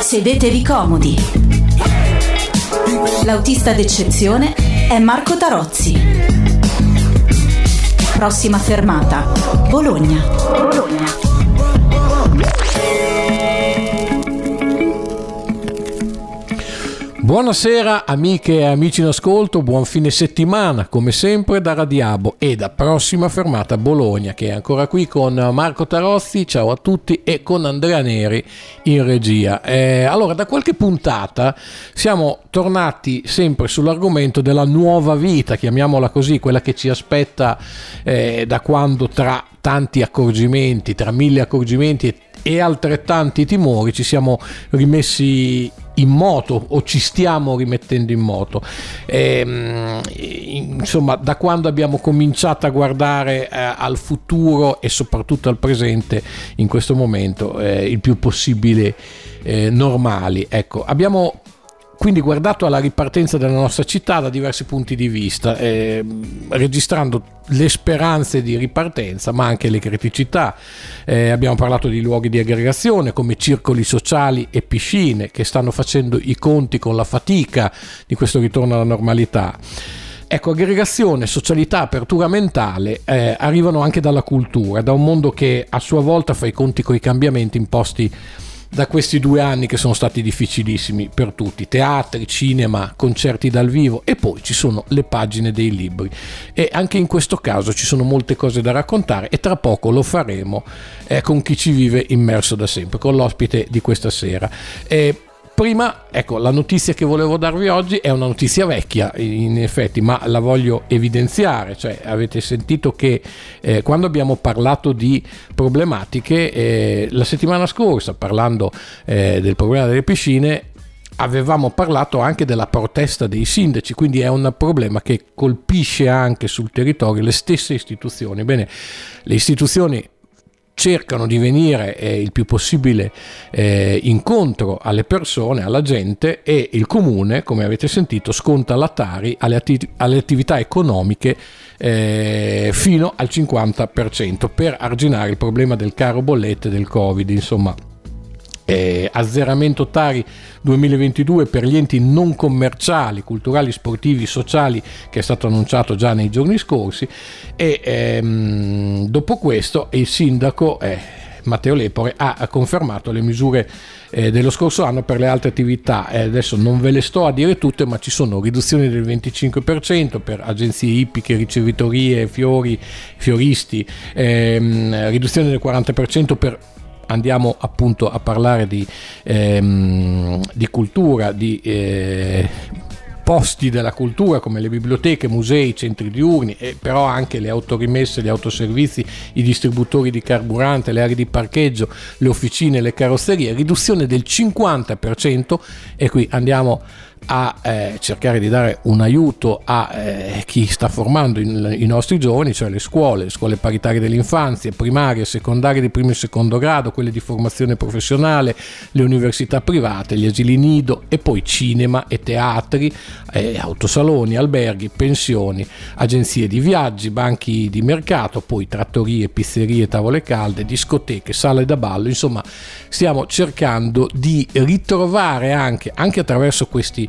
Sedetevi comodi. L'autista d'eccezione è Marco Tarozzi. Prossima fermata, Bologna. Buonasera amiche e amici in ascolto, buon fine settimana come sempre da Radiabo e da Prossima Fermata Bologna, che è ancora qui con Marco Tarozzi, ciao a tutti, e con Andrea Neri in regia. Allora, da qualche puntata siamo tornati sempre sull'argomento della nuova vita, chiamiamola così, quella che ci aspetta da quando, tra tanti accorgimenti, tra mille accorgimenti e altrettanti timori, ci siamo rimessi in moto o ci stiamo rimettendo in moto. Insomma, da quando abbiamo cominciato a guardare al futuro e soprattutto al presente in questo momento il più possibile normali. Ecco, abbiamo quindi guardato alla ripartenza della nostra città da diversi punti di vista, registrando le speranze di ripartenza ma anche le criticità. Abbiamo parlato di luoghi di aggregazione come circoli sociali e piscine che stanno facendo i conti con la fatica di questo ritorno alla normalità. Ecco, aggregazione, socialità, apertura mentale arrivano anche dalla cultura, da un mondo che a sua volta fa i conti con i cambiamenti imposti da questi 2 anni che sono stati difficilissimi per tutti: teatri, cinema, concerti dal vivo, e poi ci sono le pagine dei libri, e anche in questo caso ci sono molte cose da raccontare e tra poco lo faremo con chi ci vive immerso da sempre, con l'ospite di questa sera. Prima, ecco, la notizia che volevo darvi oggi è una notizia vecchia in effetti, ma la voglio evidenziare. Cioè, avete sentito che quando abbiamo parlato di problematiche la settimana scorsa, parlando del problema delle piscine, avevamo parlato anche della protesta dei sindaci, quindi è un problema che colpisce anche sul territorio le stesse istituzioni. Bene, le istituzioni cercano di venire il più possibile incontro alle persone, alla gente, e il comune, come avete sentito, sconta la Tari alle attività economiche fino al 50% per arginare il problema del caro bollette del Covid. Insomma, azzeramento Tari 2022 per gli enti non commerciali, culturali, sportivi, sociali, che è stato annunciato già nei giorni scorsi, e dopo questo il sindaco Matteo Lepore ha confermato le misure dello scorso anno per le altre attività. Adesso non ve le sto a dire tutte, ma ci sono riduzioni del 25% per agenzie ippiche, ricevitorie, fioristi, riduzione del 40% per, andiamo appunto a parlare di cultura, di posti della cultura come le biblioteche, musei, centri diurni, però anche le autorimesse, gli autoservizi, i distributori di carburante, le aree di parcheggio, le officine, le carrozzerie, riduzione del 50%. E qui andiamo a cercare di dare un aiuto a chi sta formando i nostri giovani, cioè le scuole paritarie dell'infanzia, primarie, secondarie di primo e secondo grado, quelle di formazione professionale, le università private, gli asili nido, e poi cinema e teatri, autosaloni, alberghi, pensioni, agenzie di viaggi, banchi di mercato, poi trattorie, pizzerie, tavole calde, discoteche, sale da ballo. Insomma, stiamo cercando di ritrovare anche attraverso questi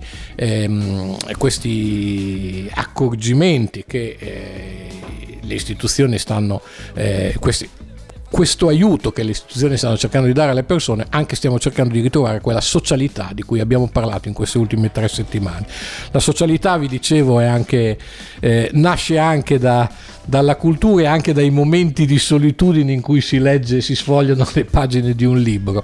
accorgimenti che le istituzioni stanno questo aiuto che le istituzioni stanno cercando di dare alle persone, anche stiamo cercando di ritrovare quella socialità di cui abbiamo parlato in queste ultime 3 settimane. La socialità, vi dicevo, è anche nasce anche dalla cultura e anche dai momenti di solitudine in cui si legge, si sfogliano le pagine di un libro.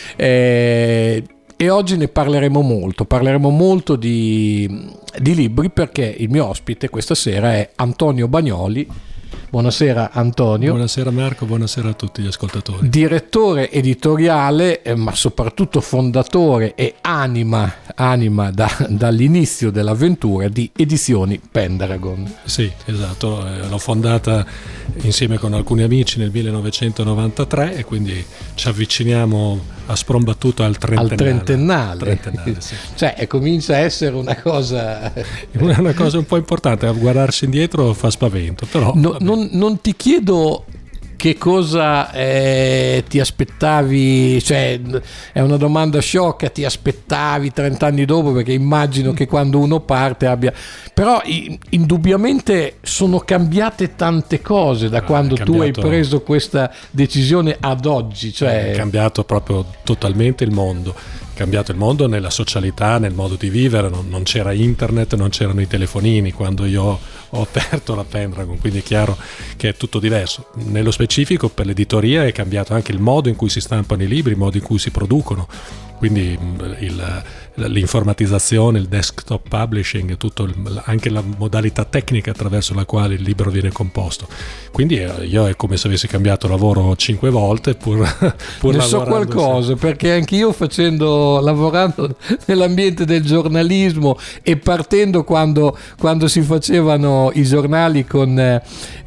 E oggi ne parleremo molto di libri, perché il mio ospite questa sera è Antonio Bagnoli. Buonasera Antonio. Buonasera Marco, buonasera a tutti gli ascoltatori. Direttore editoriale, ma soprattutto fondatore e anima dall'inizio dell'avventura di Edizioni Pendragon. Sì, esatto, l'ho fondata insieme con alcuni amici nel 1993 e quindi ci avviciniamo a sprombattuto al trentennale. Sì. Cioè, comincia a essere una cosa un po' importante, a guardarsi indietro fa spavento, però non ti chiedo che cosa ti aspettavi, cioè è una domanda sciocca, ti aspettavi 30 anni dopo, perché immagino che quando uno parte abbia, però indubbiamente sono cambiate tante cose da quando tu hai preso questa decisione ad oggi, cioè è cambiato proprio totalmente il mondo. Cambiato il mondo nella socialità, nel modo di vivere, non c'era internet, non c'erano i telefonini quando io ho aperto la Pendragon, quindi è chiaro che è tutto diverso. Nello specifico per l'editoria è cambiato anche il modo in cui si stampano i libri, il modo in cui si producono, quindi l'informatizzazione, il desktop publishing, anche la modalità tecnica attraverso la quale il libro viene composto. Quindi io è come se avessi cambiato lavoro 5 volte pur ne so qualcosa, perché anch'io lavorando nell'ambiente del giornalismo e partendo quando si facevano i giornali con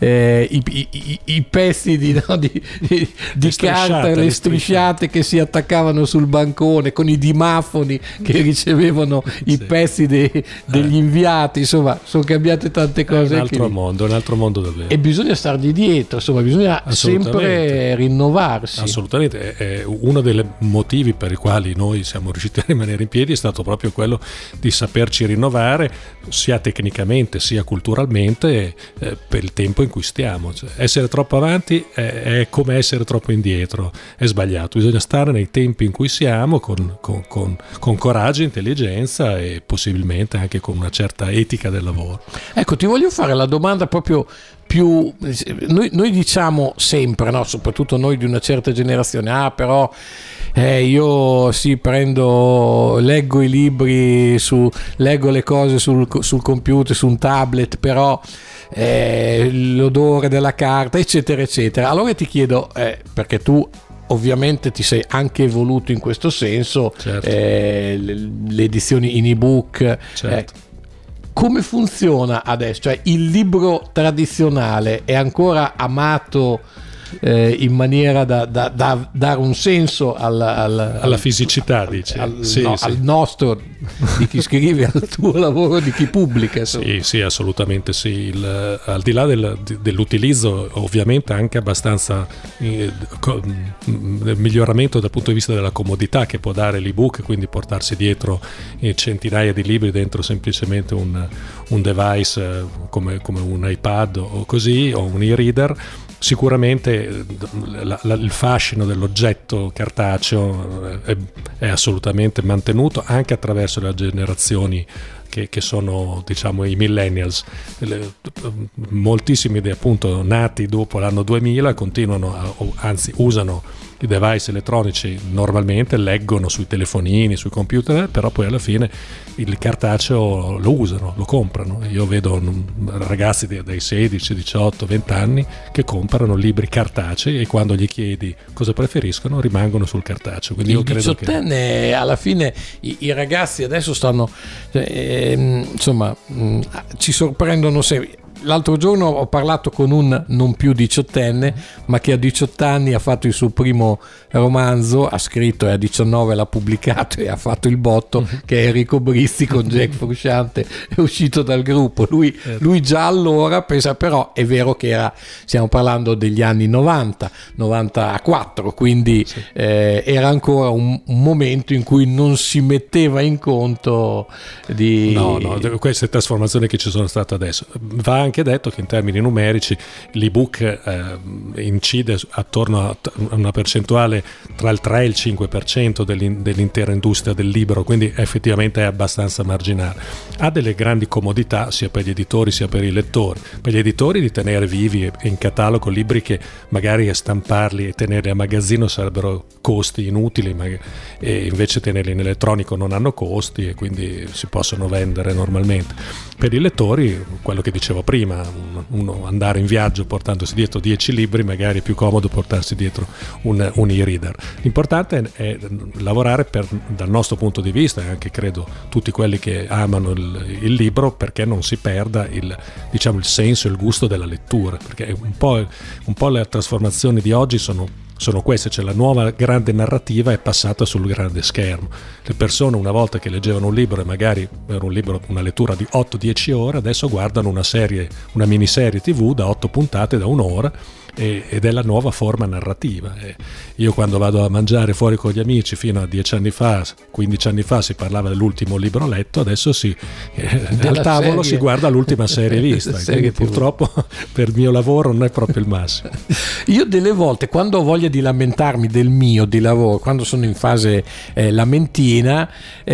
i pezzi di carta, le strisciate che si attaccavano sul bancone, con i dimafoni che ricevevano i pezzi degli inviati, insomma sono cambiate tante cose. È un altro mondo davvero. E bisogna stargli dietro, insomma bisogna sempre rinnovarsi. Assolutamente, è uno dei motivi per i quali noi siamo riusciti a rimanere in piedi è stato proprio quello di saperci rinnovare sia tecnicamente sia culturalmente per il tempo in cui stiamo. Cioè, essere troppo avanti è come essere troppo indietro, è sbagliato, bisogna stare nei tempi in cui siamo con coraggio, intelligenza e possibilmente anche con una certa etica del lavoro. Ecco, ti voglio fare la domanda proprio più, noi diciamo sempre, no? Soprattutto noi di una certa generazione, però io leggo i libri, leggo le cose sul computer, su un tablet, però l'odore della carta, eccetera eccetera. Allora ti chiedo, perché tu ovviamente ti sei anche evoluto in questo senso, certo. Le edizioni in ebook, certo. Come funziona adesso? Cioè il libro tradizionale è ancora amato in maniera da dare un senso alla fisicità, dici? Al nostro, di chi scrive, al tuo lavoro, di chi pubblica. Sì, assolutamente sì. Al di là dell'utilizzo, ovviamente anche abbastanza miglioramento dal punto di vista della comodità che può dare l'ebook, quindi portarsi dietro centinaia di libri dentro semplicemente un device come un iPad o così, o un e-reader. Sicuramente il fascino dell'oggetto cartaceo è assolutamente mantenuto anche attraverso le generazioni che sono, diciamo, i millennials. Moltissimi appunto nati dopo l'anno 2000 continuano anzi usano i device elettronici normalmente, leggono sui telefonini, sui computer, però poi alla fine il cartaceo lo usano, lo comprano. Io vedo ragazzi dai 16, 18, 20 anni che comprano libri cartacei e quando gli chiedi cosa preferiscono rimangono sul cartaceo. Quindi io credo che alla fine i ragazzi adesso stanno insomma ci sorprendono sempre. L'altro giorno ho parlato con un non più 18enne, ma che a 18 anni ha fatto il suo primo romanzo, ha scritto e a 19 l'ha pubblicato e ha fatto il botto, che è Enrico Brizzi con Jack Frusciante, è uscito dal gruppo. Lui già allora pensa, però è vero che stiamo parlando degli anni 94, quindi sì. Era ancora un momento in cui non si metteva in conto di... No, queste trasformazioni che ci sono state adesso. Va anche detto che in termini numerici l'ebook incide attorno a una percentuale tra il 3 e il 5% dell'intera industria del libro, quindi effettivamente è abbastanza marginale. Ha delle grandi comodità sia per gli editori sia per i lettori. Per gli editori di tenere vivi in catalogo libri che magari stamparli e tenerli a magazzino sarebbero costi inutili, e invece tenerli in elettronico non hanno costi e quindi si possono vendere normalmente. Per i lettori, quello che dicevo prima, uno andare in viaggio portandosi dietro 10 libri, magari è più comodo portarsi dietro un e-reader. L'importante è lavorare dal nostro punto di vista, e anche credo tutti quelli che amano il libro, perché non si perda il senso e il gusto della lettura, perché un po' le trasformazioni di oggi sono queste, cioè la nuova grande narrativa è passata sul grande schermo. Le persone una volta che leggevano un libro e magari era una lettura di 8-10 ore, adesso guardano una miniserie TV da 8 puntate da un'ora ed è la nuova forma narrativa. Io quando vado a mangiare fuori con gli amici, fino a 10 anni fa, 15 anni fa si parlava dell'ultimo libro letto, adesso al tavolo si guarda l'ultima serie vista, quindi purtroppo per il mio lavoro non è proprio il massimo. Io delle volte, quando ho voglia di lamentarmi del mio di lavoro, quando sono in fase lamentina,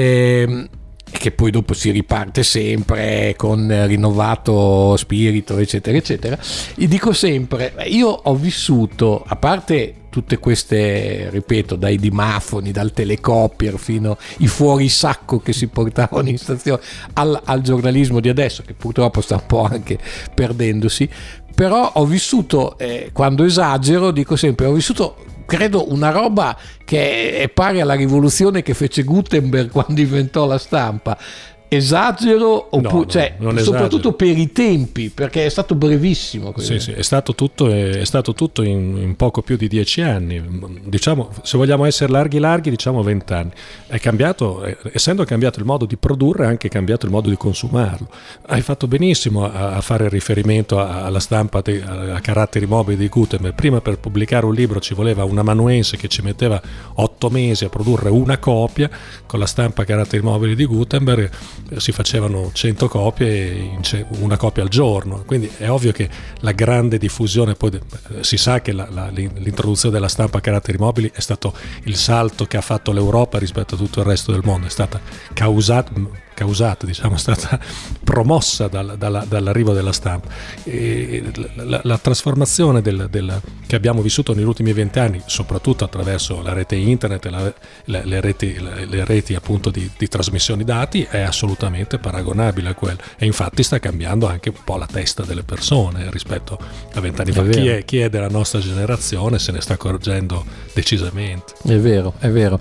che poi dopo si riparte sempre con rinnovato spirito, eccetera eccetera, gli dico sempre: io ho vissuto, a parte tutte queste, ripeto, dai dimafoni, dal telecopier fino ai fuorisacco che si portavano in stazione, al giornalismo di adesso, che purtroppo sta un po' anche perdendosi, però ho vissuto, quando esagero dico sempre, ho vissuto credo una roba che è pari alla rivoluzione che fece Gutenberg quando inventò la stampa. Esagero? Oppure, no, cioè, soprattutto per i tempi, perché è stato brevissimo. Sì, è stato tutto in poco più di 10 anni, diciamo, se vogliamo essere larghi, diciamo 20 anni. È cambiato, essendo cambiato il modo di produrre, è anche cambiato il modo di consumarlo. Hai fatto benissimo a fare riferimento alla stampa a caratteri mobili di Gutenberg. Prima, per pubblicare un libro ci voleva un amanuense che ci metteva 8 mesi a produrre una copia. Con la stampa a caratteri mobili di Gutenberg si facevano 100 copie, una copia al giorno, quindi è ovvio che la grande diffusione, poi si sa che l'introduzione della stampa a caratteri mobili è stato il salto che ha fatto l'Europa rispetto a tutto il resto del mondo, è stata causata, diciamo, è stata promossa dall'arrivo della stampa. E la trasformazione che abbiamo vissuto negli ultimi 20 anni, soprattutto attraverso la rete internet, le reti appunto di trasmissione dati, è assolutamente paragonabile a quello, e infatti sta cambiando anche un po' la testa delle persone rispetto a 20 anni fa. Chi è della nostra generazione se ne sta accorgendo decisamente. È vero.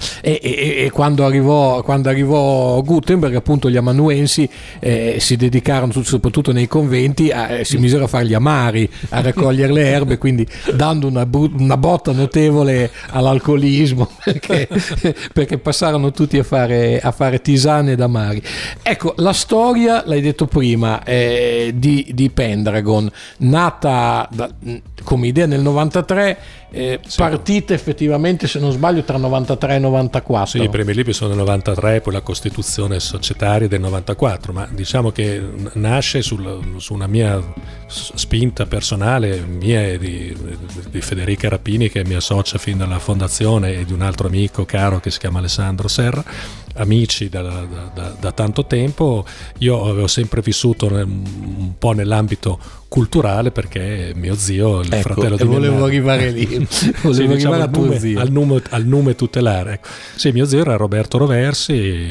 E quando arrivò Gutenberg, appunto, gli amanuensi si dedicarono, soprattutto nei conventi, si misero a fare gli amari, a raccogliere le erbe, quindi dando una botta notevole all'alcolismo, perché passarono tutti a fare tisane ed amari. Ecco, la storia, l'hai detto prima, di Pendragon, nata come idea nel 93, partita effettivamente, se non sbaglio, tra 93 e 94. Sì, i primi libri sono del 93, poi la Costituzione societaria del 94, ma diciamo che nasce su una mia spinta personale, mia e di Federica Rapini, che è mia socia fin dalla fondazione, e di un altro amico caro che si chiama Alessandro Serra, amici da tanto tempo. Io avevo sempre vissuto un po' nell'ambito culturale, perché mio zio, il fratello di mia volevo madre, arrivare lì, volevo arrivare a tuo zio, al nome tutelare, ecco. Sì, mio zio era Roberto Roversi,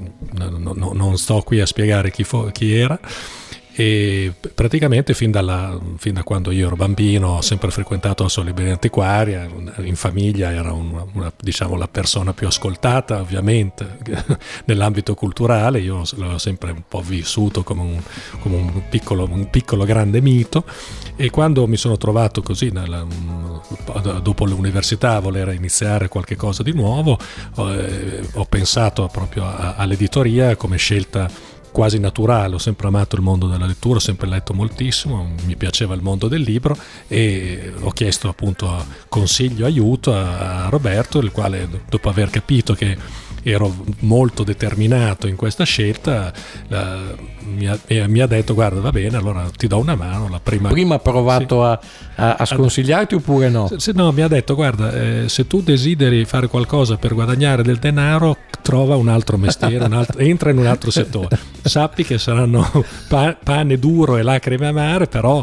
non sto qui a spiegare chi era. E praticamente fin da quando io ero bambino ho sempre frequentato la sua libreria antiquaria. In famiglia era diciamo la persona più ascoltata, ovviamente, nell'ambito culturale. Io l'ho sempre un po' vissuto come un piccolo grande mito, e quando mi sono trovato così dopo l'università a voler iniziare qualche cosa di nuovo, ho pensato proprio all'editoria come scelta quasi naturale. Ho sempre amato il mondo della lettura, ho sempre letto moltissimo, mi piaceva il mondo del libro, e ho chiesto appunto consiglio, aiuto a Roberto, il quale, dopo aver capito che ero molto determinato in questa scelta, mi ha detto: guarda, va bene, allora ti do una mano. Prima ha provato a sconsigliarti oppure no? No, mi ha detto: guarda, se tu desideri fare qualcosa per guadagnare del denaro, trova un altro mestiere, entra in un altro settore, sappi che saranno pane duro e lacrime amare, però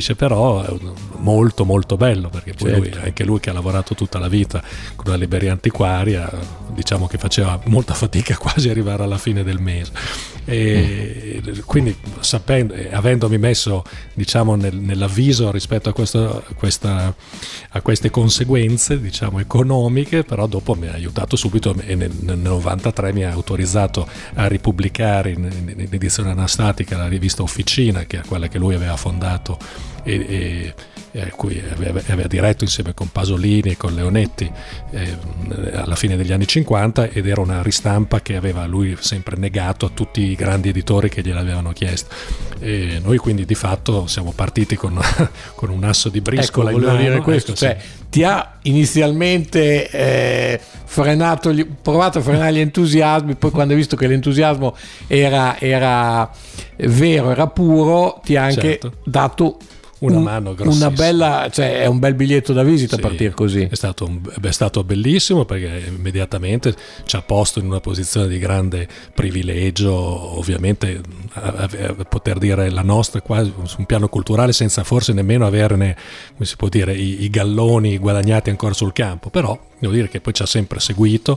molto molto bello, perché poi certo. Anche lui che ha lavorato tutta la vita con la libreria antiquaria, diciamo che faceva molta fatica quasi arrivare alla fine del mese, e quindi avendomi messo, diciamo, nell'avviso rispetto a queste conseguenze, diciamo, economiche, però dopo mi ha aiutato subito, e nel 93 mi ha autorizzato a ripubblicare in in edizione anastatica la rivista Officina, che è quella che lui aveva fondato e a cui aveva diretto insieme con Pasolini e con Leonetti alla fine degli anni 50, ed era una ristampa che aveva lui sempre negato a tutti i grandi editori che gliel'avevano chiesto. E noi quindi di fatto siamo partiti con un asso di briscola, ecco, volevo dire questo, cioè ti ha inizialmente provato a frenare gli entusiasmi, poi quando hai visto che l'entusiasmo era vero, era puro, ti ha anche dato una mano grossissima. Una bella, cioè è un bel biglietto da visita, sì, partire così. È stato bellissimo, perché immediatamente ci ha posto in una posizione di grande privilegio, ovviamente poter dire la nostra quasi su un piano culturale, senza forse nemmeno averne, come si può dire, i galloni guadagnati ancora sul campo. Però devo dire che poi ci ha sempre seguito.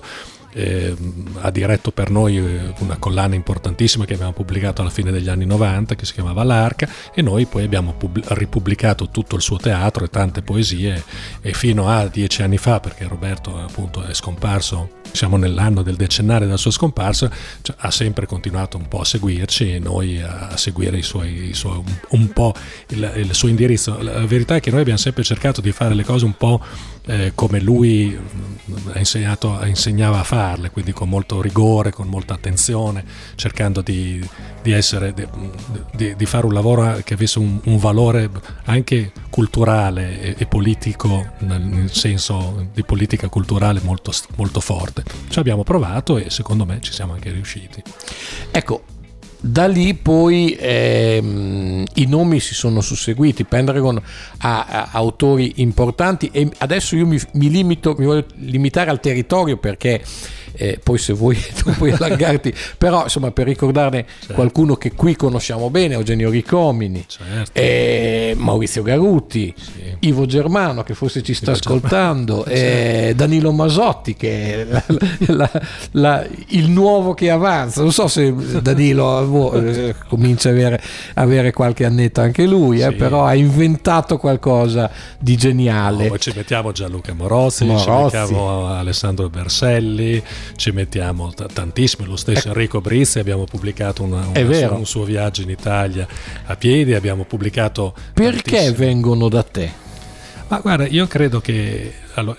Ha diretto per noi una collana importantissima che abbiamo pubblicato alla fine degli anni 90, che si chiamava L'Arca, e noi poi abbiamo ripubblicato tutto il suo teatro e tante poesie, e fino a 10 anni fa, perché Roberto appunto è scomparso, siamo nell'anno del decennale della sua scomparsa, cioè, ha sempre continuato un po' a seguirci e noi a seguire un po' il suo indirizzo. La verità è che noi abbiamo sempre cercato di fare le cose un po' come lui insegnava a farle, quindi con molto rigore, con molta attenzione, cercando di fare un lavoro che avesse un valore anche culturale e politico, nel senso di politica culturale molto, molto forte. Ci abbiamo provato e secondo me ci siamo anche riusciti. Ecco, da lì poi i nomi si sono susseguiti. Pendragon ha autori importanti, e adesso io mi voglio limitare al territorio, perché poi se vuoi tu puoi allargarti, però insomma, per ricordarne qualcuno che qui conosciamo bene: Eugenio Ricomini, Maurizio Garuti, Ivo Germano, che forse ci sta ascoltando, Danilo Masotti, che è il nuovo che avanza. Non so se Danilo comincia a avere qualche annetto anche lui, però ha inventato qualcosa di geniale. Poi ci mettiamo Gianluca Morozzi, ci mettiamo Alessandro Berselli, ci mettiamo tantissimi, lo stesso Enrico Brizzi. Abbiamo pubblicato un suo viaggio in Italia a piedi, abbiamo pubblicato. Perché vengono da te? Ma guarda, io credo che la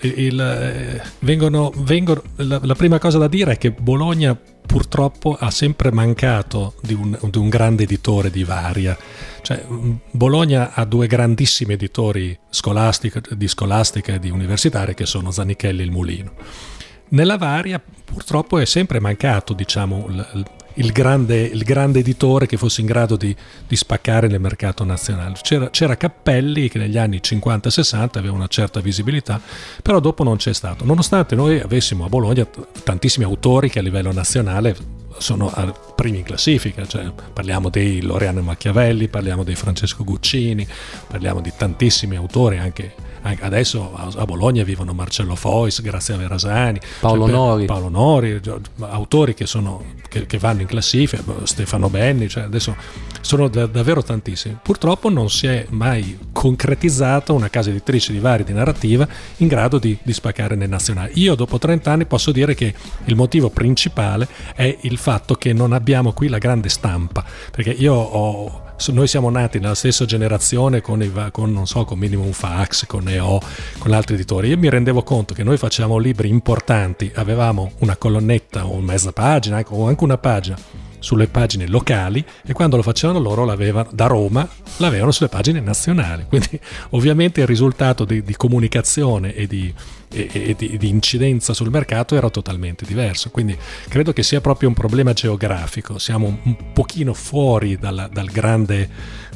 prima cosa da dire è che Bologna purtroppo ha sempre mancato di un grande editore di varia. Cioè, Bologna ha due grandissimi editori di scolastica e di universitaria, che sono Zanichelli e il Mulino. Nella varia purtroppo è sempre mancato, diciamo, il grande editore che fosse in grado di spaccare nel mercato nazionale. C'era Cappelli, che negli anni 50-60 aveva una certa visibilità, però dopo non c'è stato, nonostante noi avessimo a Bologna tantissimi autori che a livello nazionale sono primi in classifica. Cioè, parliamo dei Loriano Machiavelli, parliamo dei Francesco Guccini, parliamo di tantissimi autori. Anche adesso a Bologna vivono Marcello Fois, Grazia Verasani, Paolo Nori, autori che vanno in classifica, Stefano Benni, cioè adesso sono davvero tantissimi. Purtroppo non si è mai concretizzata una casa editrice di varia, di narrativa, in grado di spaccare nel nazionale. Io dopo 30 anni posso dire che il motivo principale è il fatto che non abbiamo qui la grande stampa, perché noi siamo nati nella stessa generazione con Minimum Fax, con EO, con altri editori. Io mi rendevo conto che noi facevamo libri importanti, avevamo una colonnetta o mezza pagina o anche una pagina sulle pagine locali, e quando lo facevano loro da Roma l'avevano sulle pagine nazionali. Quindi ovviamente il risultato di comunicazione e di incidenza sul mercato era totalmente diverso. Quindi credo che sia proprio un problema geografico. Siamo un pochino fuori dalla grande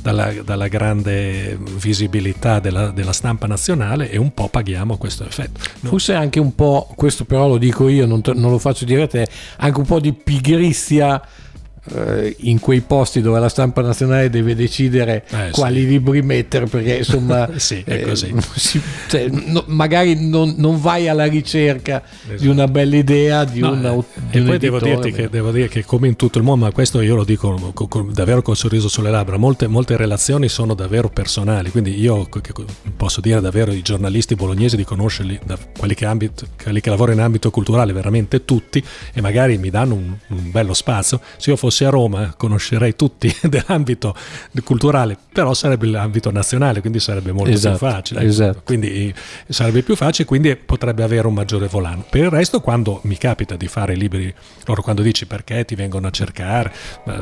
visibilità della stampa nazionale, e un po' paghiamo questo effetto. Forse anche un po', questo però lo dico io, non lo faccio dire a te, anche un po' di pigrizia in quei posti dove la stampa nazionale deve decidere quali libri mettere, perché insomma sì, è così. Magari non vai alla ricerca di una bella idea di un poi devo dire che come in tutto il mondo, ma questo io lo dico davvero col sorriso sulle labbra, molte relazioni sono davvero personali. Quindi io posso dire davvero i giornalisti bolognesi di conoscerli, quelli che lavorano in ambito culturale, veramente tutti, e magari mi danno un bello spazio. Se io fossi fossi a Roma conoscerei tutti dell'ambito culturale, però sarebbe l'ambito nazionale, quindi sarebbe molto più facile. Esatto. Quindi sarebbe più facile, quindi potrebbe avere un maggiore volano. Per il resto, quando mi capita di fare libri, loro quando dici perché ti vengono a cercare,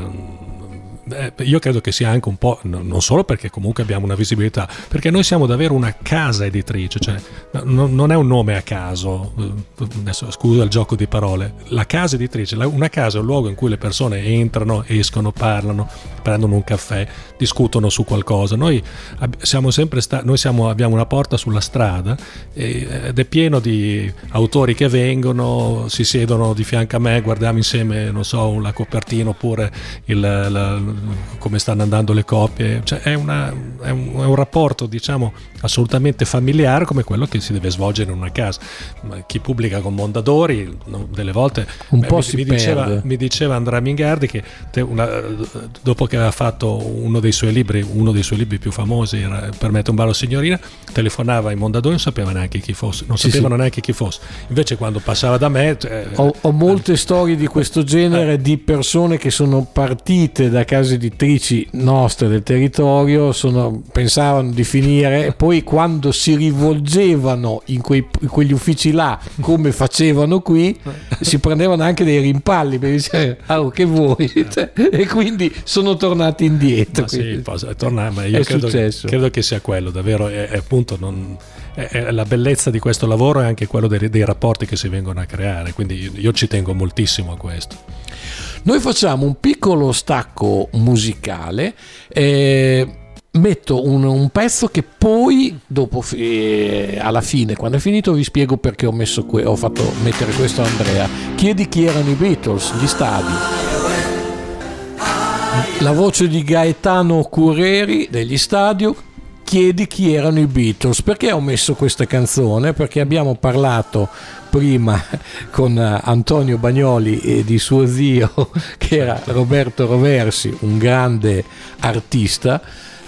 io credo che sia anche un po', non solo perché comunque abbiamo una visibilità, perché noi siamo davvero una casa editrice, cioè non è un nome a caso, adesso scusa il gioco di parole, la casa editrice, una casa è un luogo in cui le persone entrano, escono, parlano, prendono un caffè, discutono su qualcosa. Noi siamo sempre abbiamo una porta sulla strada ed è pieno di autori che vengono, si siedono di fianco a me, guardiamo insieme, non so, la copertina oppure come stanno andando le coppie, cioè è un rapporto, diciamo, assolutamente familiare, come quello che si deve svolgere in una casa. Chi pubblica con Mondadori delle volte mi diceva Andrea Mingardi che dopo che aveva fatto uno dei suoi libri più famosi era Permette un ballo signorina, telefonava ai Mondadori, non sapeva neanche chi fosse, neanche chi fosse. Invece quando passava da me ho molte storie di questo genere, di persone che sono partite da case editrici nostre del territorio, pensavano di finire e poi quando si rivolgevano in quegli uffici là, come facevano qui, si prendevano anche dei rimpalli per dire che vuoi, e quindi sono tornati indietro. Ma io credo che sia quello davvero, è appunto è la bellezza di questo lavoro, è anche quello dei rapporti che si vengono a creare, quindi io ci tengo moltissimo a questo. Noi facciamo un piccolo stacco musicale, metto un pezzo che poi dopo alla fine, quando è finito, vi spiego perché ho fatto mettere questo a Andrea. Chiedi chi erano i Beatles, gli stadi. La voce di Gaetano Cureri degli Stadio. Chiedi chi erano i Beatles. Perché ho messo questa canzone? Perché abbiamo parlato prima con Antonio Bagnoli e di suo zio, che era Roberto Roversi, un grande artista.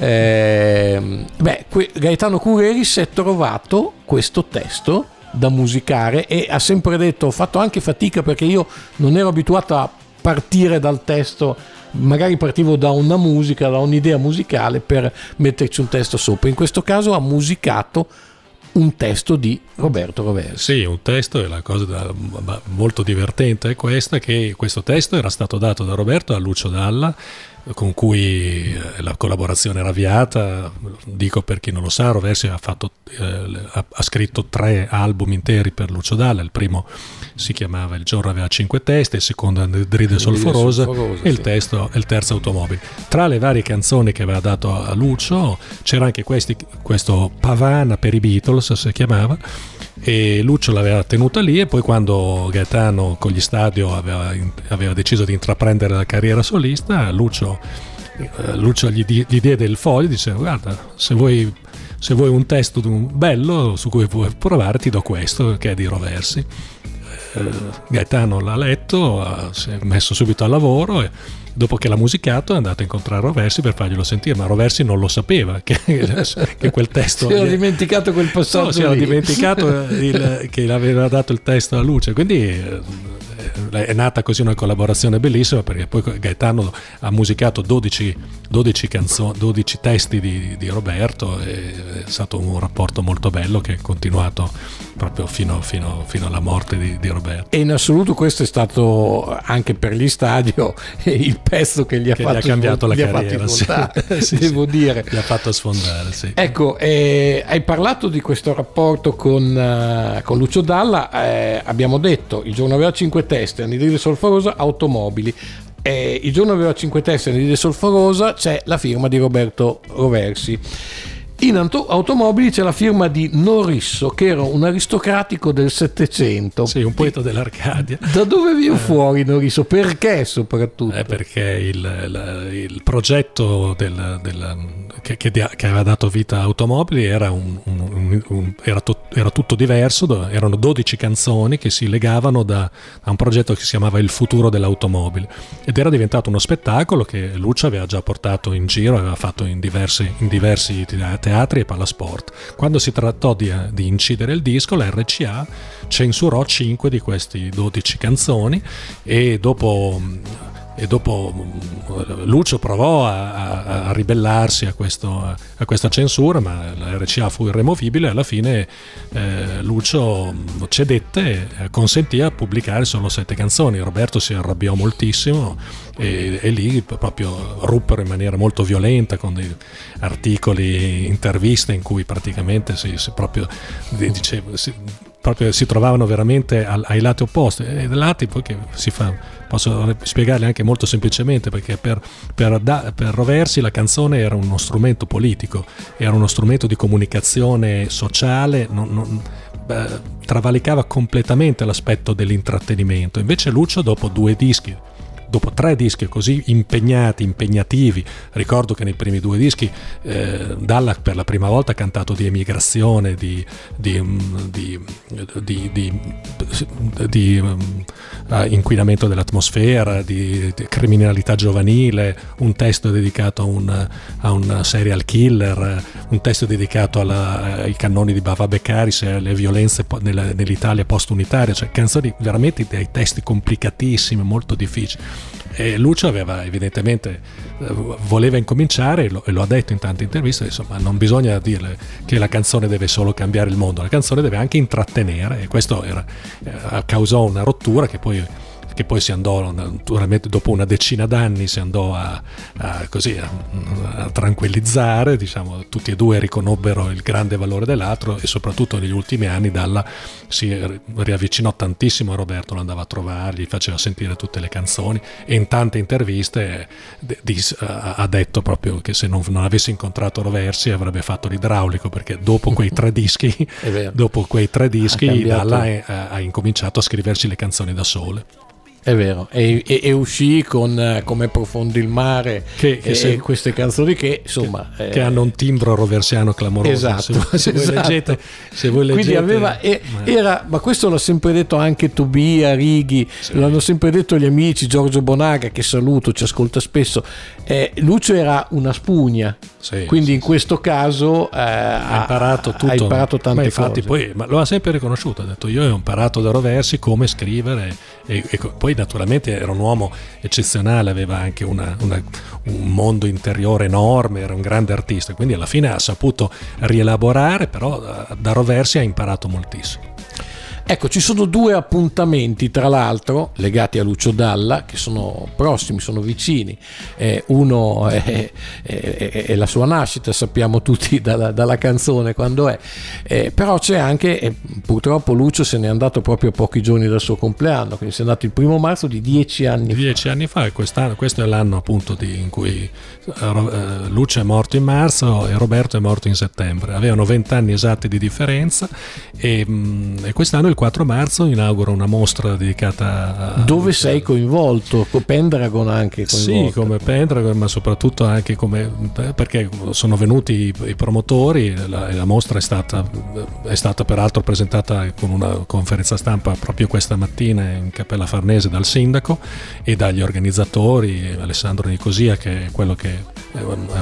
Gaetano Cureri si è trovato questo testo da musicare e ha sempre detto: ho fatto anche fatica perché io non ero abituato a partire dal testo, magari partivo da una musica, da un'idea musicale per metterci un testo sopra. In questo caso ha musicato un testo di Roberto Roversi. Sì, un testo, e la cosa molto divertente è questa, che questo testo era stato dato da Roberto a Lucio Dalla, con cui la collaborazione era avviata. Dico per chi non lo sa, Roversi ha scritto 3 album interi per Lucio Dalla. Il primo si chiamava Il giorno aveva 5 teste, il secondo Anidride Solforosa e il terzo Automobili. Tra le varie canzoni che aveva dato a Lucio c'era anche questo Pavana per i Beatles, si chiamava, e Lucio l'aveva tenuta lì, e poi quando Gaetano con gli Stadio aveva deciso di intraprendere la carriera solista, Lucio gli diede il foglio e disse: guarda, se vuoi un testo bello su cui puoi provare, ti do questo, che è di Roversi. Gaetano l'ha letto, si è messo subito al lavoro e dopo che l'ha musicato è andato a incontrare Roversi per farglielo sentire, ma Roversi non lo sapeva che quel testo si era dimenticato quel passaggio, si era dimenticato che aveva dato il testo a Luce, quindi è nata così una collaborazione bellissima, perché poi Gaetano ha musicato 12 canzoni, 12 testi di Roberto, e è stato un rapporto molto bello che è continuato proprio fino alla morte di Roberto. E in assoluto questo è stato anche per gli Stadio il pezzo che gli ha cambiato la carriera, devo dire, gli ha fatto sfondare, sì. Ecco, hai parlato di questo rapporto con Lucio Dalla, abbiamo detto Il giorno aveva 5 teste, Anidride Solforosa, Automobili. Il giorno aveva 5 teste, Anidride Solforosa, c'è la firma di Roberto Roversi. In Automobili c'è la firma di Norisso, che era un aristocratico del Settecento. Sì, un poeta dell'Arcadia. Da dove viene fuori Norisso? Perché soprattutto? Perché il progetto che aveva dato vita a Automobili era tutto diverso. Erano 12 canzoni che si legavano a un progetto che si chiamava Il futuro dell'automobile, ed era diventato uno spettacolo che Lucio aveva già portato in giro, aveva fatto in diversi teatri e palasport. Quando si trattò di incidere il disco, la RCA censurò 5 di questi 12 canzoni, e dopo e dopo Lucio provò a ribellarsi a questa censura, ma la RCA fu irremovibile e alla fine Lucio cedette e consentì a pubblicare solo 7 canzoni. Roberto si arrabbiò moltissimo e lì proprio ruppero in maniera molto violenta con dei articoli, interviste in cui praticamente si trovavano veramente ai lati opposti, e lati poi che posso spiegarli anche molto semplicemente, perché per Roversi la canzone era uno strumento politico, era uno strumento di comunicazione sociale, travalicava completamente l'aspetto dell'intrattenimento. Invece Lucio, dopo 3 dischi così impegnativi, ricordo che nei primi 2 dischi Dalla per la prima volta ha cantato di emigrazione, di inquinamento dell'atmosfera, di criminalità giovanile, un testo dedicato a un serial killer, un testo dedicato ai cannoni di Bava Beccaris e alle violenze nell'Italia post-unitaria, cioè canzoni veramente dai testi complicatissimi, molto difficili. E Lucio voleva incominciare, e lo ha detto in tante interviste, insomma, non bisogna dire che la canzone deve solo cambiare il mondo, la canzone deve anche intrattenere, e questo causò una rottura che poi si andò, naturalmente dopo una decina d'anni, si andò a tranquillizzare, diciamo. Tutti e due riconobbero il grande valore dell'altro, e soprattutto negli ultimi anni Dalla si riavvicinò tantissimo a Roberto, lo andava a trovare, gli faceva sentire tutte le canzoni, e in tante interviste ha detto proprio che se non avesse incontrato Roversi avrebbe fatto l'idraulico, perché dopo quei 3 dischi Dalla ha incominciato a scriversi le canzoni da sole. È vero, e uscì con Come profondo il mare e queste canzoni che insomma che hanno un timbro roversiano clamoroso. Esatto, se voi leggete. Quindi ma questo l'ha sempre detto anche Tobia, Righi, sì. L'hanno sempre detto gli amici, Giorgio Bonaga, che saluto, ci ascolta spesso. Lucio era una spugna, sì, quindi sì, in questo caso ha imparato tutto, ha imparato tante cose. Poi, ma lo ha sempre riconosciuto, ha detto: io ho imparato da Roversi come scrivere, e poi naturalmente era un uomo eccezionale, aveva anche un mondo interiore enorme, era un grande artista, quindi alla fine ha saputo rielaborare, però da Roversi ha imparato moltissimo. Ecco, ci sono 2 appuntamenti, tra l'altro, legati a Lucio Dalla, che sono prossimi, sono vicini. Uno è la sua nascita, sappiamo tutti dalla canzone quando è. Però c'è anche, purtroppo Lucio se n'è andato proprio a pochi giorni dal suo compleanno, quindi se n'è andato il 1 marzo di 10 anni 10 anni fa, e questo è l'anno appunto in cui Lucio è morto in marzo e Roberto è morto in settembre. Avevano 20 anni esatti di differenza, e quest'anno il 4 marzo inaugura una mostra dedicata dove sei coinvolto, con Pendragon anche coinvolto. Sì, come Pendragon, ma soprattutto anche perché sono venuti i promotori. La mostra è stata peraltro presentata con una conferenza stampa proprio questa mattina in Cappella Farnese dal sindaco e dagli organizzatori, Alessandro Nicosia, che è quello che è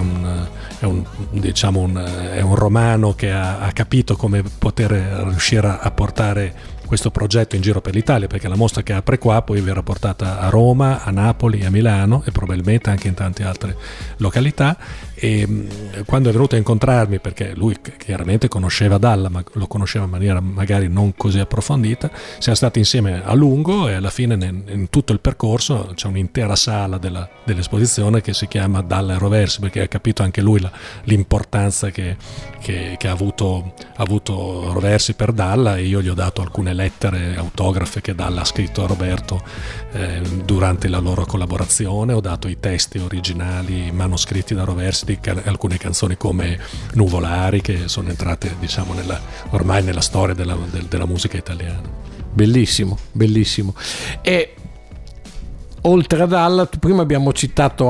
un romano che ha capito come poter riuscire a portare questo progetto in giro per l'Italia, perché la mostra che apre qua poi verrà portata a Roma, a Napoli, a Milano e probabilmente anche in tante altre località. E quando è venuto a incontrarmi, perché lui chiaramente conosceva Dalla, ma lo conosceva in maniera magari non così approfondita, siamo stati insieme a lungo, e alla fine in tutto il percorso c'è un'intera sala dell'esposizione che si chiama Dalla e Roversi, perché ha capito anche lui l'importanza che ha avuto Roversi per Dalla, e io gli ho dato alcune lettere autografe che Dalla ha scritto a Roberto durante la loro collaborazione. Ho dato i testi originali manoscritti da Roversi di alcune canzoni come Nuvolari, che sono entrate, diciamo, ormai nella storia della musica italiana. Bellissimo, bellissimo. E oltre a Dalla, prima abbiamo citato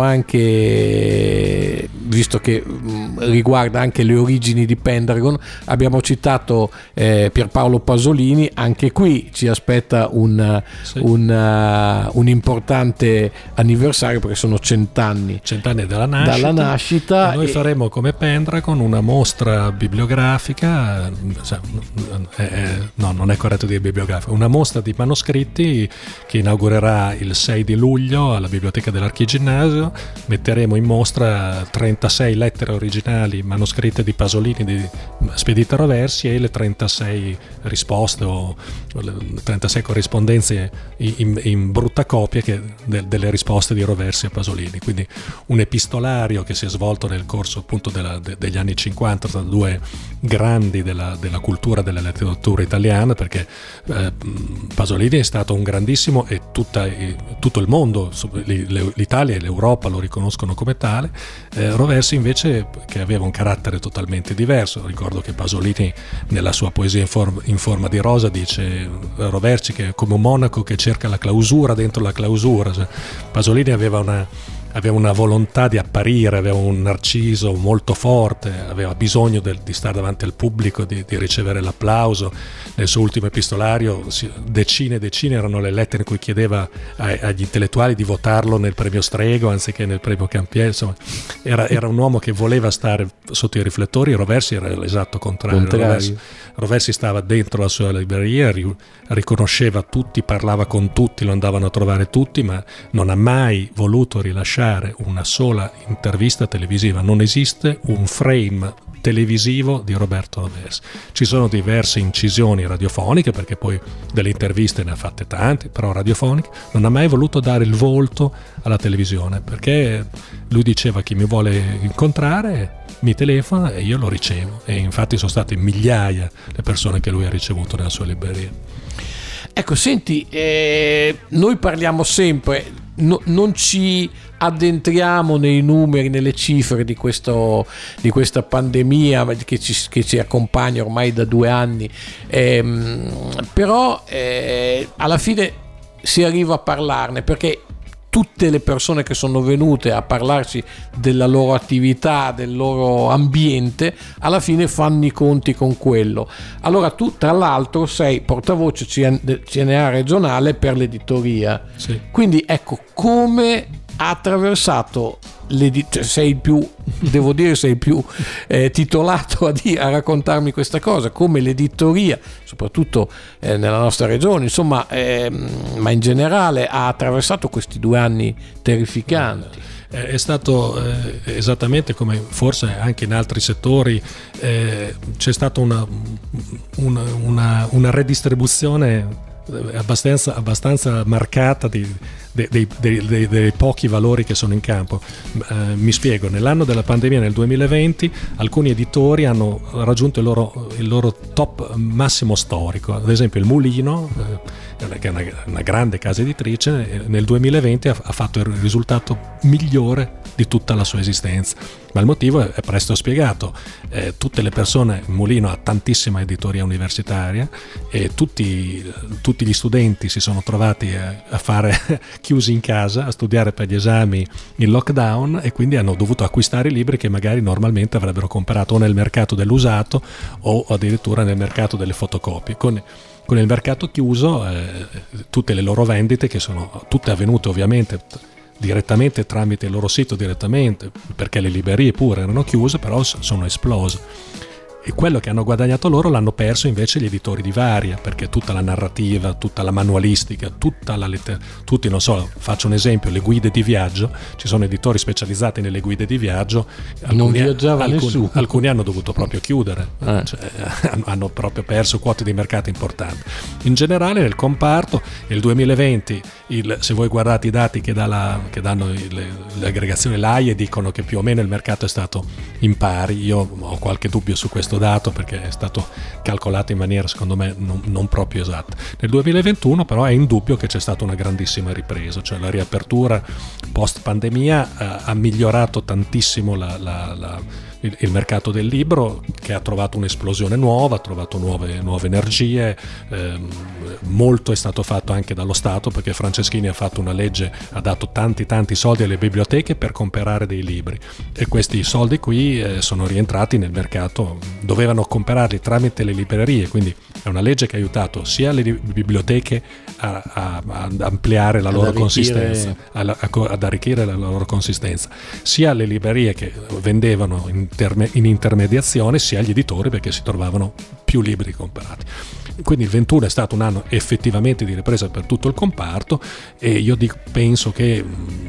anche, visto che riguarda anche le origini di Pendragon, abbiamo citato Pierpaolo Pasolini. Anche qui ci aspetta un importante anniversario, perché sono 100 anni dalla nascita. E noi faremo come Pendragon una mostra bibliografica, no, non è corretto dire bibliografica, una mostra di manoscritti che inaugurerà il 6 di luglio alla Biblioteca dell'Archiginnasio metteremo in mostra 36 lettere originali manoscritte di Pasolini spedite a Roversi e le 36 risposte o le 36 corrispondenze in brutta copia delle risposte di Roversi a Pasolini. Quindi un epistolario che si è svolto nel corso appunto degli anni 50 tra due grandi della cultura, della letteratura italiana, perché Pasolini è stato un grandissimo e tutto il mondo, l'Italia e l'Europa lo riconoscono come tale. Roversi invece, che aveva un carattere totalmente diverso. Ricordo che Pasolini nella sua poesia in forma di rosa dice Roversi che è come un monaco che cerca la clausura dentro la clausura. Cioè, Pasolini aveva una volontà di apparire, aveva un narciso molto forte, aveva bisogno di stare davanti al pubblico, di ricevere l'applauso. Nel suo ultimo epistolario decine e decine erano le lettere in cui chiedeva agli intellettuali di votarlo nel premio Strego anziché nel premio Campiello. Insomma, era un uomo che voleva stare sotto i riflettori. Roversi era l'esatto contrario. Roversi stava dentro la sua libreria, riconosceva tutti, parlava con tutti, lo andavano a trovare tutti, ma non ha mai voluto rilasciare una sola intervista televisiva. Non esiste un frame televisivo di Roberto Roversi. Ci sono diverse incisioni radiofoniche, perché poi delle interviste ne ha fatte tante, però radiofoniche. Non ha mai voluto dare il volto alla televisione, perché lui diceva: chi mi vuole incontrare mi telefona e io lo ricevo. E infatti sono state migliaia le persone che lui ha ricevuto nella sua libreria. Ecco, senti, noi parliamo sempre, non ci addentriamo nei numeri, nelle cifre di questa pandemia che ci accompagna ormai da 2 anni, però alla fine si arriva a parlarne, perché tutte le persone che sono venute a parlarci della loro attività, del loro ambiente, alla fine fanno i conti con quello. Allora tu tra l'altro sei portavoce CNA regionale per l'editoria, sì. Quindi ecco, come ha attraversato sei il più titolato a raccontarmi questa cosa, come l'editoria, soprattutto nella nostra regione, insomma, ma in generale ha attraversato questi 2 anni terrificanti. È stato esattamente come forse anche in altri settori, c'è stata una redistribuzione abbastanza marcata dei pochi valori che sono in campo. Mi spiego: nell'anno della pandemia, nel 2020, alcuni editori hanno raggiunto il loro top massimo storico. Ad esempio il Mulino, che è una grande casa editrice, nel 2020 ha fatto il risultato migliore di tutta la sua esistenza. Ma il motivo è presto spiegato. Tutte le persone, Mulino ha tantissima editoria universitaria, e tutti gli studenti si sono trovati a fare chiusi in casa, a studiare per gli esami in lockdown, e quindi hanno dovuto acquistare i libri che magari normalmente avrebbero comprato o nel mercato dell'usato o addirittura nel mercato delle fotocopie. Con il mercato chiuso, tutte le loro vendite, che sono tutte avvenute ovviamente direttamente tramite il loro sito direttamente, perché le librerie pure erano chiuse, però sono esplose. E quello che hanno guadagnato loro l'hanno perso invece gli editori di varia, perché tutta la narrativa, tutta la manualistica, tutti, non so, faccio un esempio, le guide di viaggio, ci sono editori specializzati nelle guide di viaggio, non viaggiava nessuno. Alcuni hanno dovuto proprio chiudere, cioè, hanno proprio perso quote di mercato importanti. In generale nel comparto nel 2020, se voi guardate i dati che danno le aggregazioni LAIE, dicono che più o meno il mercato è stato in pari. Io ho qualche dubbio su questo dato, perché è stato calcolato in maniera secondo me non proprio esatta. Nel 2021 però è indubbio che c'è stata una grandissima ripresa, cioè la riapertura post pandemia ha migliorato tantissimo il mercato del libro, che ha trovato un'esplosione nuova, ha trovato nuove energie. Molto è stato fatto anche dallo Stato, perché Franceschini ha fatto una legge, ha dato tanti soldi alle biblioteche per comprare dei libri, e questi soldi qui sono rientrati nel mercato. Dovevano comprarli tramite le librerie, quindi è una legge che ha aiutato sia le biblioteche ad ampliare la loro consistenza, ad arricchire la loro consistenza, sia le librerie che vendevano in in intermediazione sia agli editori, perché si trovavano più libri comprati. Quindi il 21 è stato un anno effettivamente di ripresa per tutto il comparto, e io penso che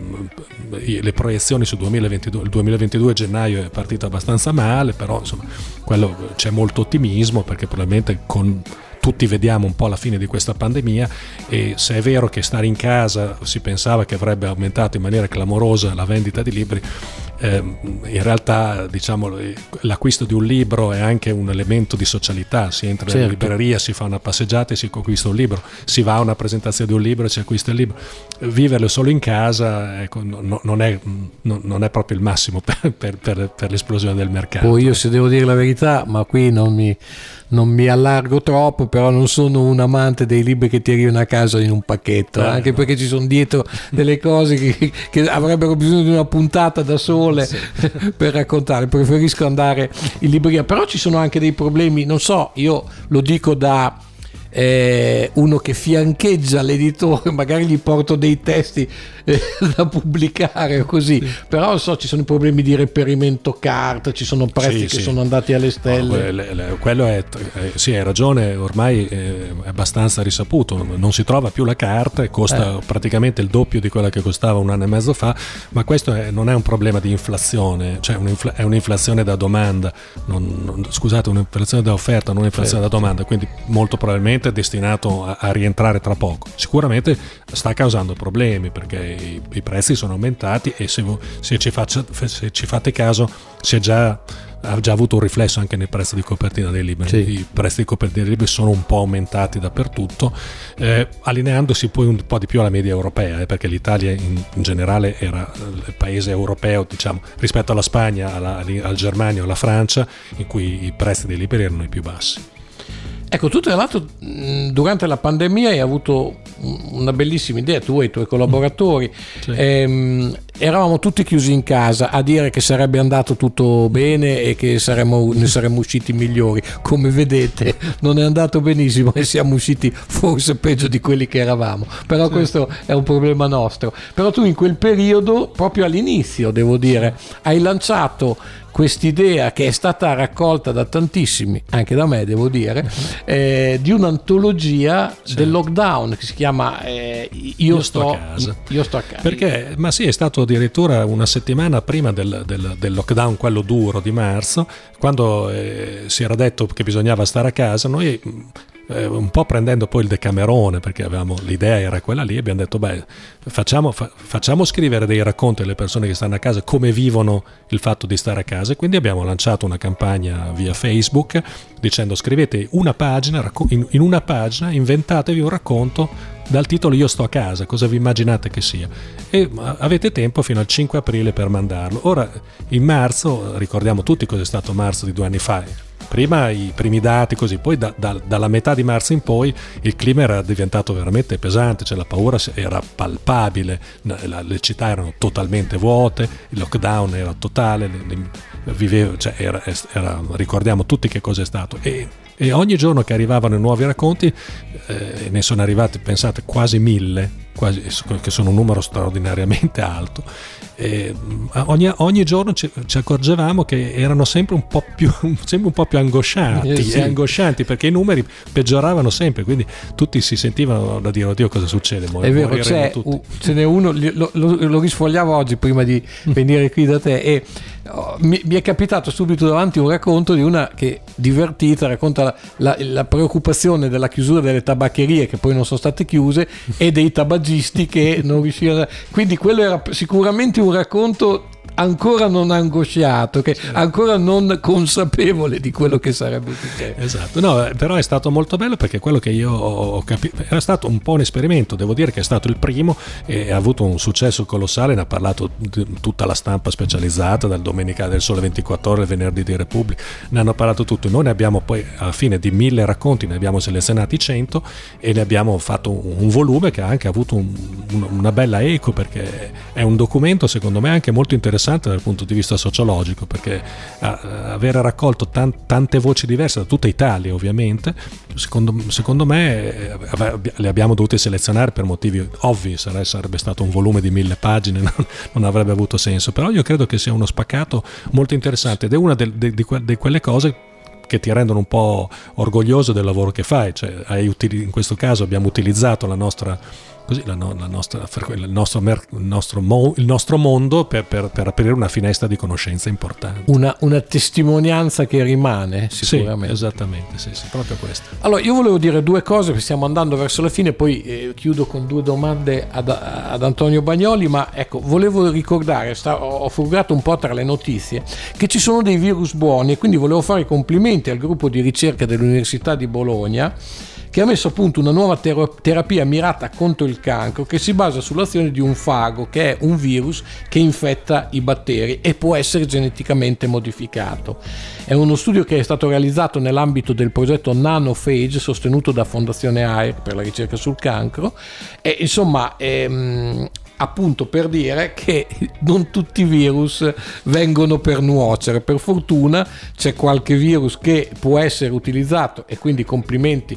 le proiezioni sul 2022, il 2022 gennaio è partito abbastanza male, però insomma c'è molto ottimismo, perché probabilmente tutti vediamo un po' la fine di questa pandemia, e se è vero che stare in casa si pensava che avrebbe aumentato in maniera clamorosa la vendita di libri, in realtà diciamo l'acquisto di un libro è anche un elemento di socialità. Si entra in libreria, si fa una passeggiata e si acquista un libro, si va a una presentazione di un libro e si acquista il libro. Viverlo solo in casa, ecco, non è proprio il massimo per l'esplosione del mercato. Poi io, se devo dire la verità, ma qui non mi allargo troppo, però non sono un amante dei libri che ti arrivano a casa in un pacchetto, anche perché ci sono dietro delle cose che avrebbero bisogno di una puntata da sole per raccontare. Preferisco andare in libreria, però ci sono anche dei problemi, non so, io lo dico da uno che fiancheggia l'editore, magari gli porto dei testi da pubblicare o così, però so, ci sono i problemi di reperimento carta, ci sono prezzi che sono andati alle stelle. Quello sì, hai ragione, ormai è abbastanza risaputo, non si trova più la carta e costa praticamente il doppio di quella che costava un anno e mezzo fa, ma questo non è un problema di inflazione, cioè è un'inflazione da domanda, scusate, un'inflazione da offerta, non un'inflazione da domanda, quindi molto probabilmente è destinato a rientrare tra poco. Sicuramente sta causando problemi, perché i prezzi sono aumentati, e se ci fate caso ha già avuto un riflesso anche nel prezzo di copertina dei libri. I prezzi di copertina dei libri sono un po' aumentati dappertutto, allineandosi poi un po' di più alla media europea, perché l'Italia in generale era il paese europeo, diciamo, rispetto alla Spagna, alla Germania o alla Francia, in cui i prezzi dei libri erano i più bassi. Ecco, tu tra l'altro durante la pandemia hai avuto una bellissima idea, tu e i tuoi collaboratori. Eravamo tutti chiusi in casa a dire che sarebbe andato tutto bene e che ne saremmo usciti migliori. Come vedete non è andato benissimo e siamo usciti forse peggio di quelli che eravamo, però questo è un problema nostro. Però tu in quel periodo, proprio all'inizio devo dire, hai lanciato quest'idea, che è stata raccolta da tantissimi, anche da me devo dire, di un'antologia del lockdown che si chiama Io sto a casa. Perché, ma sì, è stato addirittura una settimana prima del lockdown, quello duro di marzo, quando si era detto che bisognava stare a casa. Noi un po' prendendo poi il Decamerone, perché l'idea era quella lì, abbiamo detto facciamo scrivere dei racconti alle persone che stanno a casa, come vivono il fatto di stare a casa, e quindi abbiamo lanciato una campagna via Facebook dicendo: scrivete una pagina, in una pagina inventatevi un racconto dal titolo Io sto a casa, cosa vi immaginate che sia, e avete tempo fino al 5 aprile per mandarlo. Ora in marzo, ricordiamo tutti cos'è stato marzo di 2 anni fa, prima i primi dati così, poi dalla metà di marzo in poi il clima era diventato veramente pesante, cioè la paura era palpabile, le città erano totalmente vuote, il lockdown era totale, ricordiamo tutti che cosa è stato, e ogni giorno che arrivavano i nuovi racconti, ne sono arrivati, pensate, quasi 1000, che sono un numero straordinariamente alto. Ogni giorno ci accorgevamo che erano sempre un po' più angoscianti, perché i numeri peggioravano sempre, quindi tutti si sentivano da dire: oddio, cosa succede? È vero, ce n'è uno, lo risfogliavo oggi prima di venire qui da te, e mi è capitato subito davanti un racconto di una che, divertita, racconta la preoccupazione della chiusura delle tabaccherie che poi non sono state chiuse e dei tabagisti che non riuscivano. Quindi quello era sicuramente un racconto ancora non angosciato, che ancora non consapevole di quello che sarebbe successo. Esatto, no, però è stato molto bello, perché quello che io ho capito era stato un po' un esperimento, devo dire che è stato il primo e ha avuto un successo colossale, ne ha parlato tutta la stampa specializzata, dal Domenicale del Sole 24 Ore, il Venerdì di Repubblica, ne hanno parlato tutti. Noi ne abbiamo poi, alla fine di 1000 racconti, ne abbiamo selezionati 100 e ne abbiamo fatto un volume che ha anche avuto un una bella eco, perché è un documento secondo me anche molto interessante dal punto di vista sociologico, perché avere raccolto tante voci diverse da tutta Italia, ovviamente, secondo me le abbiamo dovute selezionare per motivi ovvi. Sarebbe stato un volume di 1000 pagine, non avrebbe avuto senso, però io credo che sia uno spaccato molto interessante, ed è una di quelle cose che ti rendono un po' orgoglioso del lavoro che fai. Cioè, in questo caso abbiamo utilizzato il nostro mondo per aprire una finestra di conoscenza importante. Una testimonianza che rimane sicuramente. Sì, esattamente, sì, proprio questo. Allora, io volevo dire due cose, perché stiamo andando verso la fine, poi chiudo con due domande ad Antonio Bagnoli, ma ecco, volevo ricordare, ho frugato un po' tra le notizie, che ci sono dei virus buoni, e quindi volevo fare i complimenti al gruppo di ricerca dell'Università di Bologna, che ha messo a punto una nuova terapia mirata contro il cancro, che si basa sull'azione di un fago, che è un virus che infetta i batteri e può essere geneticamente modificato. È uno studio che è stato realizzato nell'ambito del progetto Nanophage, sostenuto da Fondazione AIRC per la ricerca sul cancro, e insomma appunto per dire che non tutti i virus vengono per nuocere. Per fortuna c'è qualche virus che può essere utilizzato, e quindi complimenti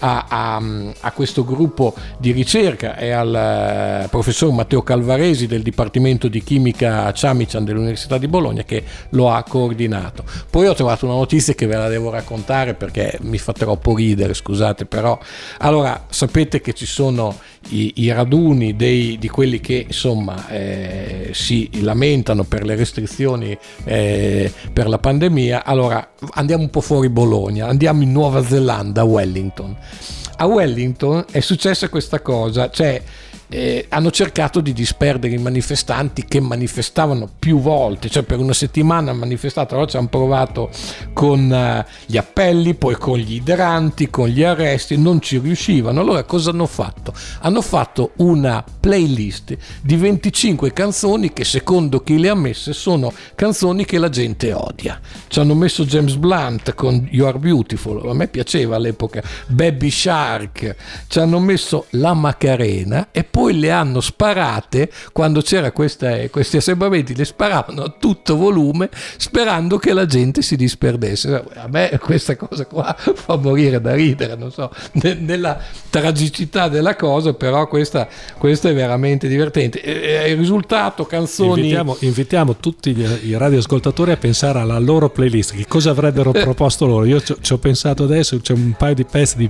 a questo gruppo di ricerca e al professor Matteo Calvaresi del Dipartimento di Chimica Ciamician dell'Università di Bologna, che lo ha coordinato. Poi ho trovato una notizia che ve la devo raccontare perché mi fa troppo ridere, scusate, però allora sapete che ci sono i raduni di quelli che insomma si lamentano per le restrizioni per la pandemia. Allora andiamo un po' fuori Bologna, andiamo in Nuova Zelanda, a Wellington. A Wellington è successa questa cosa, cioè hanno cercato di disperdere i manifestanti che manifestavano più volte, cioè per una settimana hanno manifestato. Allora ci hanno provato con gli appelli, poi con gli idranti, con gli arresti, non ci riuscivano. Allora cosa hanno fatto? Hanno fatto una playlist di 25 canzoni che, secondo chi le ha messe, sono canzoni che la gente odia. Ci hanno messo James Blunt con You Are Beautiful, a me piaceva all'epoca, Baby Shark, ci hanno messo La Macarena, e poi le hanno sparate quando c'era questi assembramenti, le sparavano a tutto volume sperando che la gente si disperdesse. A me questa cosa qua fa morire da ridere, non so, nella tragicità della cosa, però questa è veramente divertente. Il risultato, canzoni. Invitiamo tutti i radioascoltatori a pensare alla loro playlist, che cosa avrebbero proposto loro. Io ci ho pensato adesso, c'è un paio di pezzi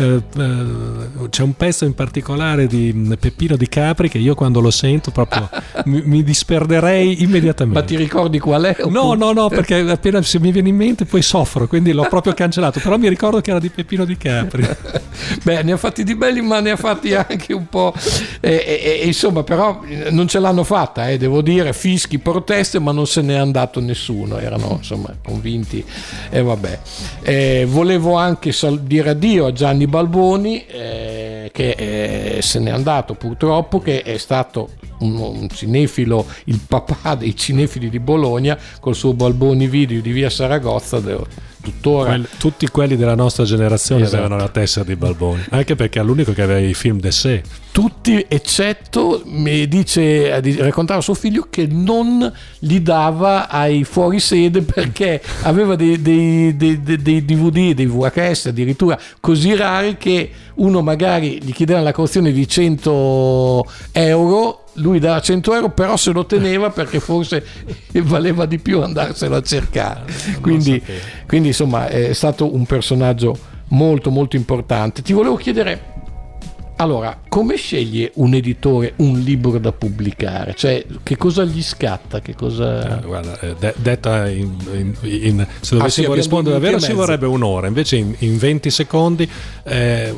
c'è un pezzo in particolare di Peppino Di Capri che io quando lo sento proprio mi disperderei immediatamente. Ma ti ricordi qual è? No, perché appena se mi viene in mente poi soffro, quindi l'ho proprio cancellato, però mi ricordo che era di Peppino Di Capri. Beh, ne ha fatti di belli, ma ne ha fatti anche un po' insomma, però non ce l'hanno fatta, devo dire, fischi, proteste, ma non se n'è andato nessuno, erano insomma convinti, e vabbè. Volevo anche dire addio a Gianni Balboni, che se n'è andato purtroppo, che è stato un cinefilo, il papà dei cinefili di Bologna, col suo Balboni Video di via Saragozza, tuttora. Tutti quelli della nostra generazione, esatto, avevano la tessera di Balboni, anche perché è l'unico che aveva i film d'essè. Tutti, eccetto, raccontava suo figlio che non li dava ai fuorisede perché aveva dei DVD, dei VHS addirittura così rari che uno magari gli chiedeva la cauzione di 100 euro, lui dava 100 euro, però se lo teneva perché forse valeva di più andarselo a cercare. Quindi insomma è stato un personaggio molto molto importante. Ti volevo chiedere, allora, come sceglie un editore un libro da pubblicare? Cioè, che cosa gli scatta? Che cosa... Guarda, detta se dovessimo rispondere davvero ci vorrebbe un'ora, invece in 20 secondi è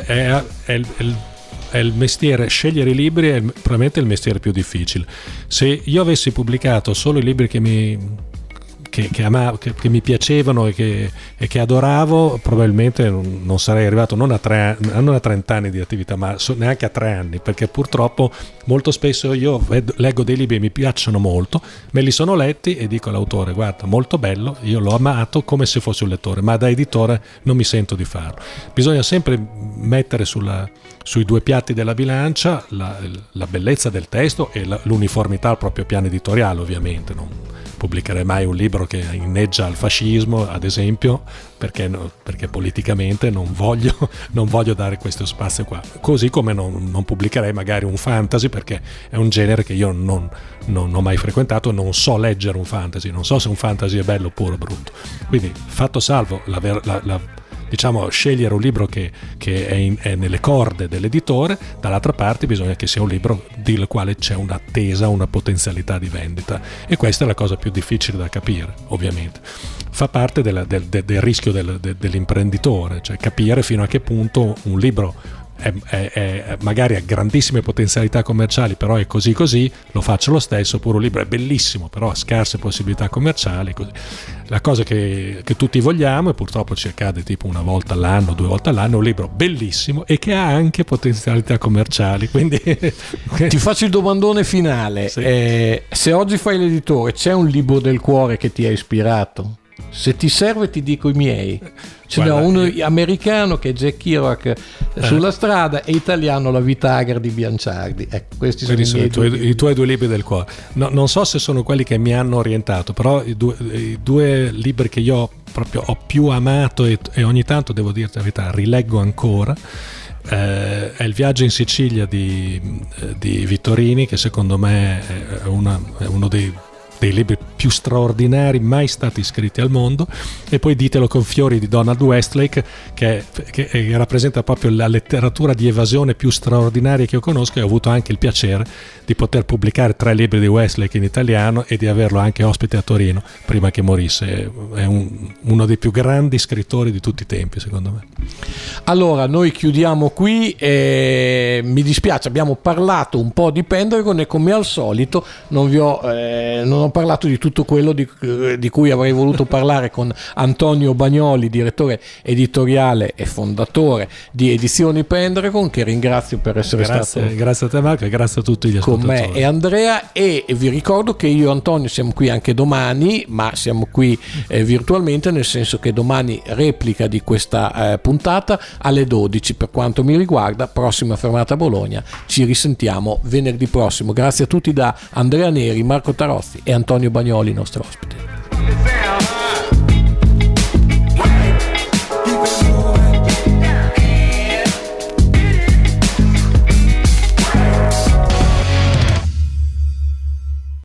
il mestiere, scegliere i libri è probabilmente il mestiere più difficile. Se io avessi pubblicato solo i libri che che mi piacevano e che adoravo, probabilmente non sarei arrivato non a 30 anni di attività, ma neanche a 3 anni, perché purtroppo molto spesso io leggo dei libri e mi piacciono molto, me li sono letti e dico all'autore: guarda, molto bello, io l'ho amato come se fossi un lettore, ma da editore non mi sento di farlo. Bisogna sempre mettere sui due piatti della bilancia la bellezza del testo e l'uniformità al proprio piano editoriale. Ovviamente non pubblicherei mai un libro che inneggia al fascismo, ad esempio, perché politicamente non voglio dare questo spazio qua, così come non pubblicherei magari un fantasy, perché è un genere che io non ho mai frequentato, non so leggere un fantasy, non so se un fantasy è bello oppure brutto. Quindi, fatto salvo diciamo, scegliere un libro che è nelle corde dell'editore, dall'altra parte bisogna che sia un libro del quale c'è un'attesa, una potenzialità di vendita, e questa è la cosa più difficile da capire. Ovviamente fa parte del rischio dell'imprenditore, cioè capire fino a che punto un libro magari ha grandissime potenzialità commerciali, però è così, lo faccio lo stesso, oppure un libro è bellissimo però ha scarse possibilità commerciali, così. La cosa che tutti vogliamo, e purtroppo ci accade tipo una volta all'anno, 2 volte all'anno, è un libro bellissimo e che ha anche potenzialità commerciali. Quindi ti faccio il domandone finale. Sì. Se oggi fai l'editore, c'è un libro del cuore che ti ha ispirato? Se ti serve ti dico i miei. Ce n'è uno americano che è Jack Kerouac, Sulla strada, e italiano La vita agra di Bianciardi. Ecco, questi sono i tuoi 2 libri del cuore. No, non so se sono quelli che mi hanno orientato, però i due libri che io proprio ho più amato e ogni tanto, devo dirti la verità, rileggo ancora. È Il viaggio in Sicilia di Vittorini, che secondo me è uno dei libri più straordinari mai stati scritti al mondo, e poi Ditelo con fiori di Donald Westlake, che rappresenta proprio la letteratura di evasione più straordinaria che io conosco, e ho avuto anche il piacere di poter pubblicare 3 libri di Westlake in italiano e di averlo anche ospite a Torino prima che morisse. È uno dei più grandi scrittori di tutti i tempi, secondo me. Allora, noi chiudiamo qui. Mi dispiace, abbiamo parlato un po' di Pendragon e, come al solito, non ho parlato di tutto quello di cui avrei voluto parlare con Antonio Bagnoli, direttore editoriale e fondatore di Edizioni Pendragon, che ringrazio per essere stato. Grazie a te, Marco, e grazie a tutti gli ascoltatori. Con me e Andrea, e vi ricordo che io e Antonio siamo qui anche domani, ma siamo qui virtualmente, nel senso che domani replica di questa puntata alle 12 per quanto mi riguarda, prossima fermata a Bologna. Ci risentiamo venerdì prossimo. Grazie a tutti da Andrea Neri, Marco Tarozzi e Antonio Bagnoli, nostro ospite.